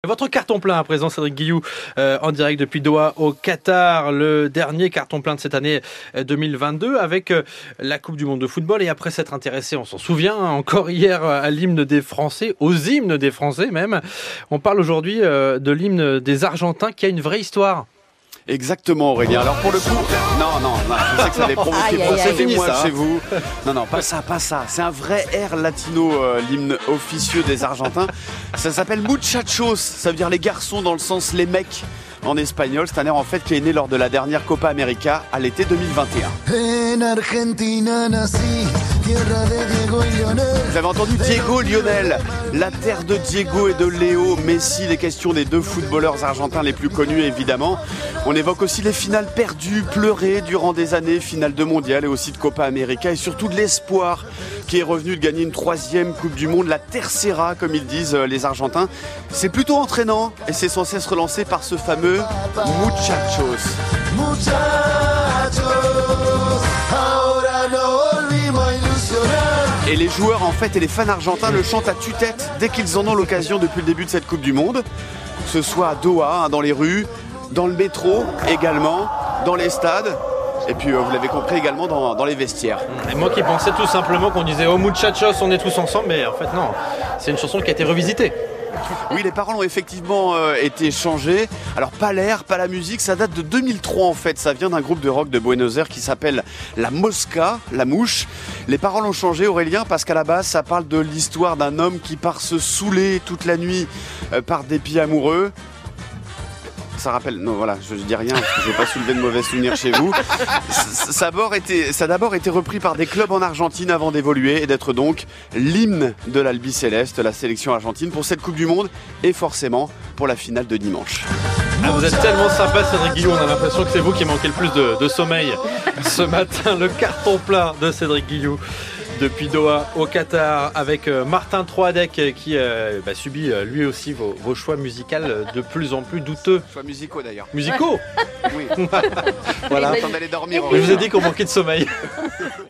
Votre carton plein à présent, Cédric Guillou, en direct depuis Doha au Qatar, le dernier carton plein de cette année 2022 avec la Coupe du Monde de football. Et après s'être intéressé, on s'en souvient, encore hier à l'hymne des Français, aux hymnes des Français même, on parle aujourd'hui de l'hymne des Argentins qui a une vraie histoire. Exactement, Aurélien. Alors pour le coup, non, je sais que ça allait provoquer des mois chez vous. Non, pas ça. C'est un vrai air latino, l'hymne officieux des Argentins. Ça s'appelle Muchachos, ça veut dire les garçons dans le sens les mecs en espagnol. C'est un air en fait qui est né lors de la dernière Copa América à l'été 2021. Vous avez entendu Diego Lionel, la terre de Diego et de Léo Messi, les questions des deux footballeurs argentins les plus connus évidemment. On évoque aussi les finales perdues, pleurées durant des années, finales de mondial et aussi de Copa América et surtout de l'espoir qui est revenu de gagner une troisième Coupe du Monde, la tercera comme ils disent les Argentins. C'est plutôt entraînant et c'est censé se relancer par ce fameux Muchachos. Et les joueurs en fait et les fans argentins le chantent à tue-tête dès qu'ils en ont l'occasion depuis le début de cette Coupe du Monde. Que ce soit à Doha, dans les rues, dans le métro également, dans les stades. Et puis vous l'avez compris également dans les vestiaires. Et moi qui pensais tout simplement qu'on disait « Oh muchachos, on est tous ensemble », mais en fait non, c'est une chanson qui a été revisitée. Oui, les paroles ont effectivement été changées. Alors pas l'air, pas la musique, ça date de 2003 en fait. Ça vient d'un groupe de rock de Buenos Aires qui s'appelle La Mosca, la mouche. Les paroles ont changé, Aurélien, parce qu'à la base ça parle de l'histoire d'un homme qui part se saouler toute la nuit par dépit amoureux. Ça rappelle, non voilà, je dis rien parce que je ne vais pas soulever de mauvais souvenirs chez vous. Ça a d'abord été repris par des clubs en Argentine avant d'évoluer et d'être donc l'hymne de l'Albiceleste, la sélection argentine, pour cette Coupe du Monde et forcément pour la finale de dimanche. Ah, vous êtes tellement sympa, Cédric Guillou, on a l'impression que c'est vous qui manquez le plus de sommeil ce matin. Le carton plein de Cédric Guillou depuis Doha au Qatar avec Martin Troadec qui subit lui aussi vos choix musicaux de plus en plus douteux. Choix musicaux d'ailleurs. Musicaux. Oui. Voilà. Attends d'aller dormir. Je vous ai dit qu'on manquait de sommeil.